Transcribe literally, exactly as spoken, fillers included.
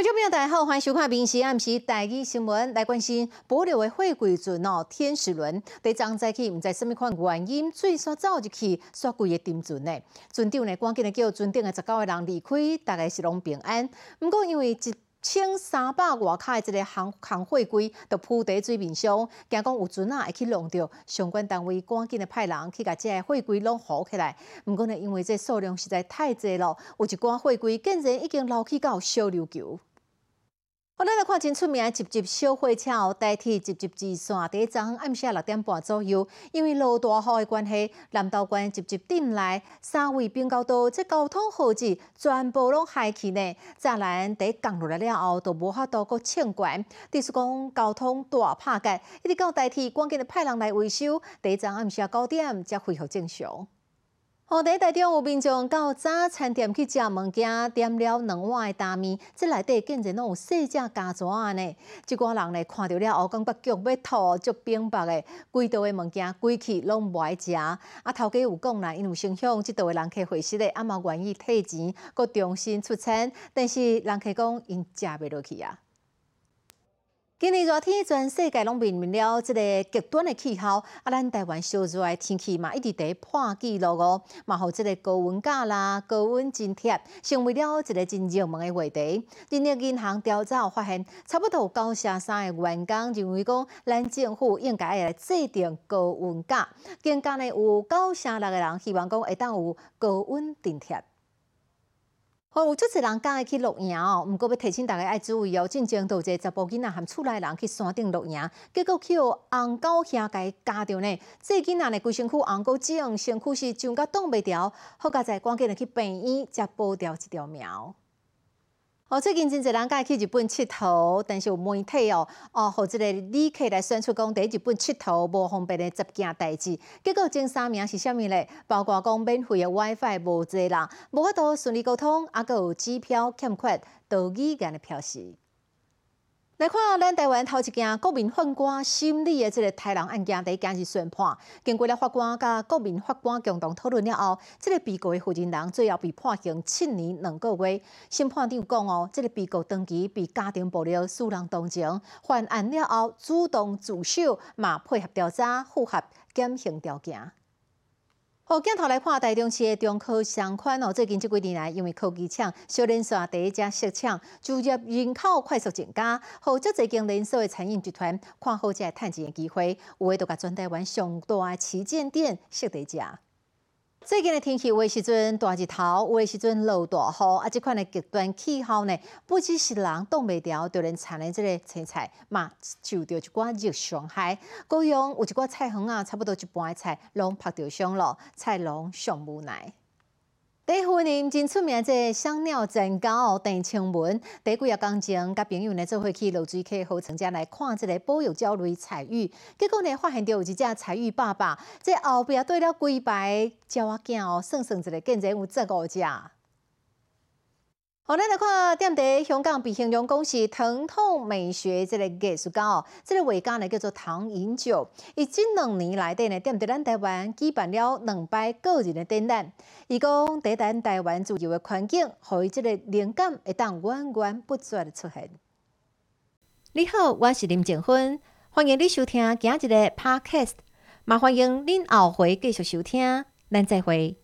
观众朋友，大家好，欢迎收看《明时暗时台语新闻》，来关心保留的货柜船哦，天使轮第昨早起，唔知什么款原因，水煞走入去，煞规个沉船呢。船长呢，赶紧的叫船顶的十九个人离开，大概是拢平安。不过因为一千三百外卡的一个航航货柜，就浮在水面上，惊讲有船啊会去弄着，相关单位赶紧的派人去把这个货柜拢扶起来。不过呢，因为这数量实在太济了，有一寡货柜竟然已经捞起到小琉球。好，咱来看真出名的集集小火车哦，代替集集支线。第昨昏暗时六点半左右，因为落大雨的关系，南投县集集镇内三位滨高道这交通号志全部拢害去呢。栅栏伫降落来了后，就无法度搁清关，等是讲交通大拍架，一直到代替赶紧的派人来维修。第昨暗时九点才恢复正常。好，第台中有民众到早餐店去食物件，点了两碗的大面，这内底竟然拢有细只家蛇啊呢！一寡人呢看到了后，感觉脚要吐，足冰白的，规道的物件规气拢无爱食。啊，头家有讲啦，因为影响即道的人客回失的，啊嘛愿意退钱，搁重新出餐，但是人客讲因食袂落去啊。今年热天，全世界拢面临了这个极端的气候，啊，咱台湾烧热的天气嘛，一直在破纪录哦，嘛，互这个高温假啦、高温津贴，成为了一个真热门的话题。人力银行调查发现，差不多有九成三的员工认为讲，咱政府应该来制定高温假，更加呢有九成六个人希望讲会当有高温津贴。好，有足侪人敢会去露营哦，毋过要提醒大家爱注意哦，进前都有一个查甫囡仔含厝内人去山顶露营，结果去互红狗兄家夹着呢。这囡仔呢，规身躯红狗肿，身躯是肿甲挡袂牢，好佳在赶紧的去病院，才保掉一条命。哦，最近真侪人敢去日本佚佗，但是有媒体哦，哦，互这个旅客来宣出讲，伫日本佚佗无方便的十件代志。结果前三名是啥物咧？包括讲免费的 WiFi 无济啦，无法度顺利沟通，啊，阁有机票欠缺，到语言的票示。来看咱台湾头一件国民法官审理的这个台人案件，第一件是宣判，经过了法官甲国民法官共同讨论了后，这个被告的负责人最后被判刑七年两个月。审判长讲哦，这个被告长期被家庭暴力使人同情，犯案了后主动自首，嘛配合调查，符合减刑条件。好，镜头来看台中市的中科商圈哦，最近这几年来，因为科技厂小连锁第一家设厂，就业人口快速增加，好，足侪间连锁的餐饮集团看好这个趁钱的机会，有诶，就甲全台湾上大的旗舰店设在遮。最近的天气有诶时阵大日头，有诶时阵落大雨，啊，这款的极端气候呢，不只是人挡袂牢，就连产的这个青菜嘛，受到一寡热伤害。高雄有一寡菜园啊，差不多一半的菜拢拍着伤了，菜农上无奈。第一份呢真出名这香料真高郑清文，第几啊工前，甲朋友呢做伙去落水溪好成家来看这个保育鸟类彩玉，结果呢发现到有一只彩玉爸爸，这后壁对了几排鸟仔囝哦，算算一个竟然有十五只。好，咱来看踮伫香港被形容讲是疼痛美学这个艺术家哦，这个画家呢叫做唐寅九，伊近两年内底呢踮伫咱台湾举办了两摆个人的展览。伊讲在咱台湾自由的环境，互伊这个灵感会当源源不绝的出现。你好，我是林静芬，欢迎你收听今日的 Podcast， 嘛欢迎恁后回继续收听，咱再会。